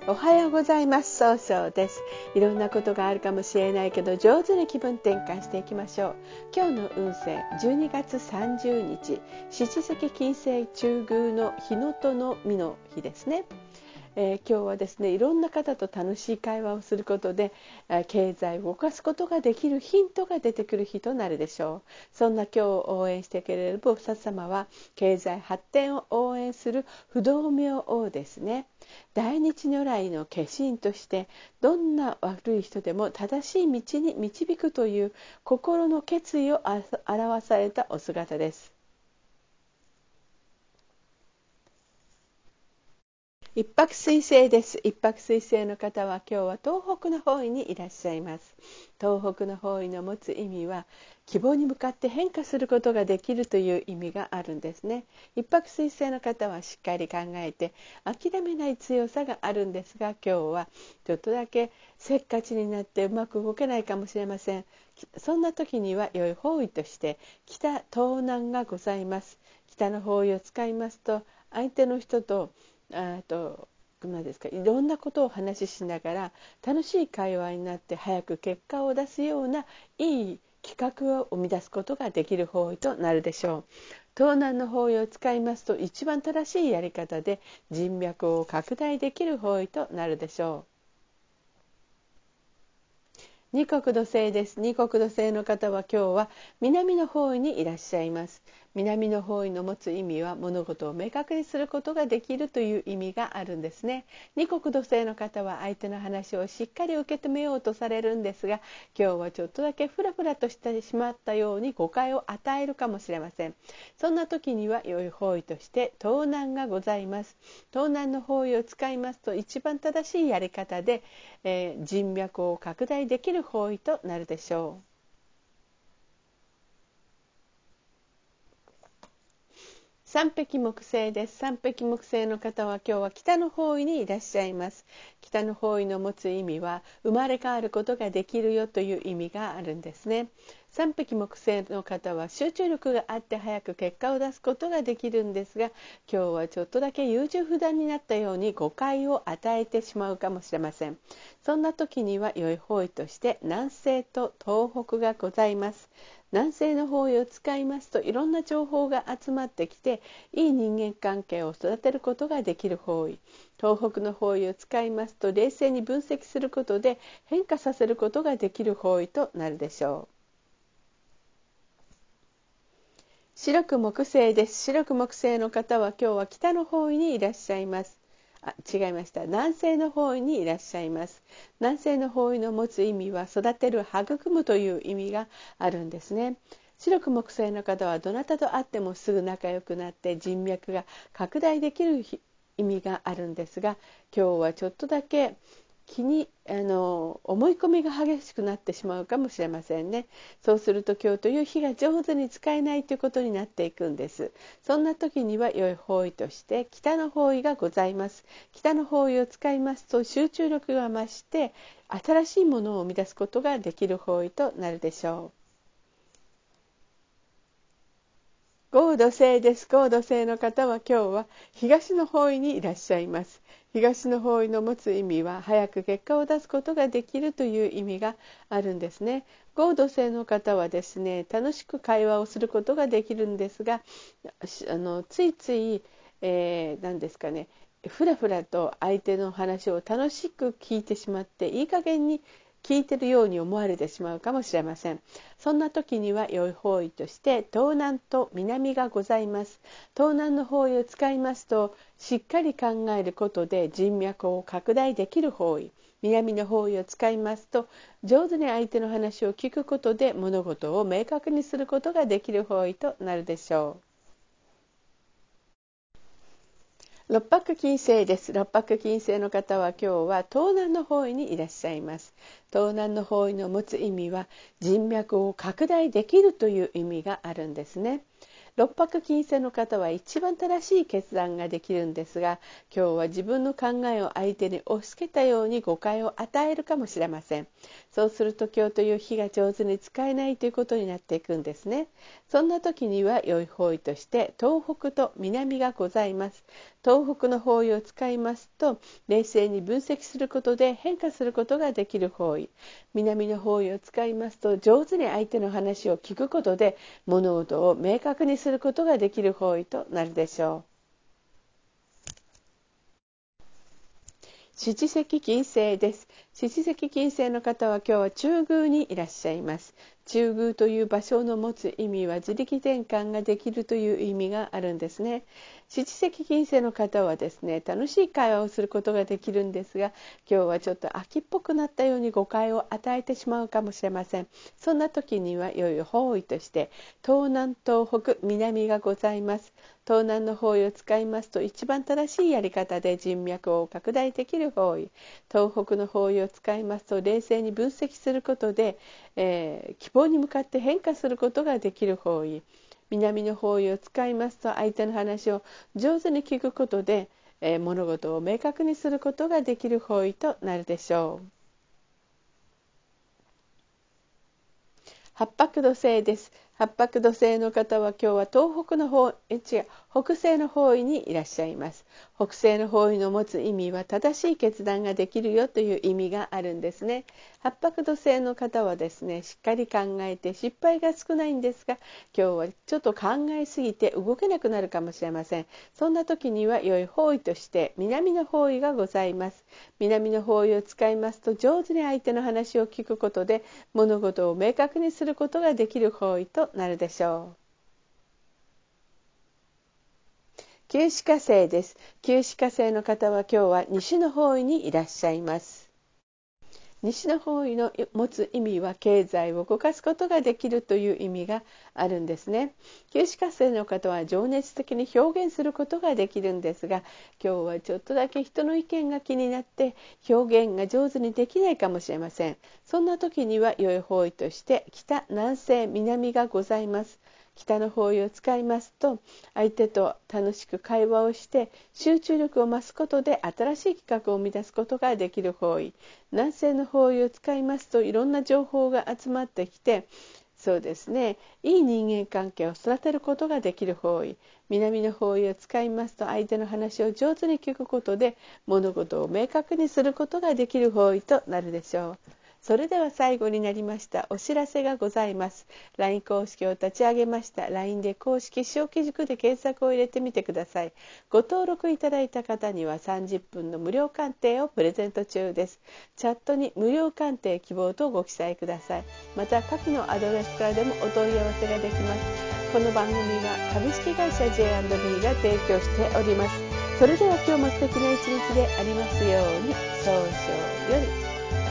おはようございます。そうです。いろんなことがあるかもしれないけど、上手に気分転換していきましょう。今日の運勢、12月30日、七石金星中宮の日のとの実の日ですね。今日はですね、いろんな方と楽しい会話をすることで、経済を動かすことができるヒントが出てくる日となるでしょう。そんな今日を応援してくれる菩薩様は、経済発展を応援する不動明王ですね。大日如来の化身として、どんな悪い人でも正しい道に導くという心の決意を表されたお姿です。一泊水星です。一泊水星の方は今日は東北の方位にいらっしゃいます。東北の方位の持つ意味は、希望に向かって変化することができるという意味があるんですね。一泊水星の方はしっかり考えて諦めない強さがあるんですが、今日はちょっとだけせっかちになってうまく動けないかもしれません。そんな時には良い方位として北東南がございます。北の方位を使いますと、相手の人と何ですか、いろんなことを話ししながら楽しい会話になって早く結果を出すようないい企画を生み出すことができる方位となるでしょう。東南の方位を使いますと、一番正しいやり方で人脈を拡大できる方位となるでしょう。二国土星です。二国土星の方は今日は南の方位にいらっしゃいます。南の方位の持つ意味は、物事を明確にすることができるという意味があるんですね。二国土星の方は相手の話をしっかり受け止めようとされるんですが、今日はちょっとだけフラフラとしてしまったように誤解を与えるかもしれません。そんな時には良い方位として東南がございます。東南の方位を使いますと、一番正しいやり方で、人脈を拡大できる方位となるでしょう。三匹木星です。三匹木星の方は今日は北の方位にいらっしゃいます。北の方位の持つ意味は、生まれ変わることができるよという意味があるんですね。三匹木星の方は集中力があって早く結果を出すことができるんですが、今日はちょっとだけ優柔不断になったように誤解を与えてしまうかもしれません。そんな時には良い方位として南西と東北がございます。南西の方位を使いますと、いろんな情報が集まってきて、いい人間関係を育てることができる方位。東北の方位を使いますと、冷静に分析することで変化させることができる方位となるでしょう。白く木星です。白く木星の方は今日は北の方位にいらっしゃいます。違いました。南西の方位にいらっしゃいます。南西の方位の持つ意味は、育てる、育むという意味があるんですね。白く木星の方はどなたと会ってもすぐ仲良くなって人脈が拡大できる意味があるんですが、今日はちょっとだけ思い込みが激しくなってしまうかもしれませんね。そうすると今日という日が上手に使えないということになっていくんです。そんな時には良い方位として北の方位がございます。北の方位を使いますと、集中力が増して新しいものを生み出すことができる方位となるでしょう。合土星です。合土星の方は今日は東の方位にいらっしゃいます。東の方位の持つ意味は、早く結果を出すことができるという意味があるんですね。合土星の方はですね、楽しく会話をすることができるんですが、ついつい、何ですかね、ふらふらと相手の話を楽しく聞いてしまって、いい加減に聞いているように思われてしまうかもしれません。そんな時には良い方位として東南と南がございます。東南の方位を使いますと、しっかり考えることで人脈を拡大できる方位。南の方位を使いますと、上手に相手の話を聞くことで物事を明確にすることができる方位となるでしょう。六白金星です。六白金星の方は今日は東南の方位にいらっしゃいます。東南の方位の持つ意味は、人脈を拡大できるという意味があるんですね。 六白金星の方は一番正しい決断ができるんですが、今日は自分の考えを相手に押し付けたように誤解を与えるかもしれません。そうすると今日という日が上手に使えないということになっていくんですね。そんな時には良い方位として東北と南がございます。東北の方位を使いますと、冷静に分析することで変化することができる方位。南の方位を使いますと、上手に相手の話を聞くことで物事を明確にすることができる方位となるでしょう。七石金星です。七石金星の方は今日は中宮にいらっしゃいます。中宮という場所の持つ意味は自力転換ができるという意味があるんですね。七石金星の方はですね、楽しい会話をすることができるんですが、今日はちょっと秋っぽくなったように誤解を与えてしまうかもしれません。そんな時には良い方位として東南東北南がございます。東南の方位を使いますと、一番正しいやり方で人脈を拡大できる方位。東北の方位を使いますと、冷静に分析することで、希望に向かって変化することができる方位。南の方位を使いますと、相手の話を上手に聞くことで、物事を明確にすることができる方位となるでしょう。八白土星です。八白土星の方は今日は東北の方、北西の方位にいらっしゃいます。北西の方位の持つ意味は正しい決断ができるよという意味があるんですね。八白土星の方はですね、しっかり考えて失敗が少ないんですが、今日はちょっと考えすぎて動けなくなるかもしれません。そんな時には良い方位として南の方位がございます。南の方位を使いますと、上手に相手の話を聞くことで物事を明確にすることができる方位となるでしょう。九死火星です。九死火星の方は今日は西の方位にいらっしゃいます。西の方位の持つ意味は経済を動かすことができるという意味があるんですね。九死火星の方は情熱的に表現することができるんですが、今日はちょっとだけ人の意見が気になって表現が上手にできないかもしれません。そんな時には良い方位として北、南西、南がございます。北の方位を使いますと、相手と楽しく会話をして集中力を増すことで新しい企画を生み出すことができる方位。南西の方位を使いますと、いろんな情報が集まってきて、そうですね、いい人間関係を育てることができる方位。南の方位を使いますと、相手の話を上手に聞くことで物事を明確にすることができる方位となるでしょう。それでは最後になりました。お知らせがございます。 LINE 公式を立ち上げました。 LINE で公式小規塾で検索を入れてみてください。ご登録いただいた方には30分の無料鑑定をプレゼント中です。チャットに無料鑑定希望とご記載ください。また下記のアドレスからでもお問い合わせができます。この番組は株式会社 J&B が提供しております。それでは今日も素敵な一日でありますように。早々より。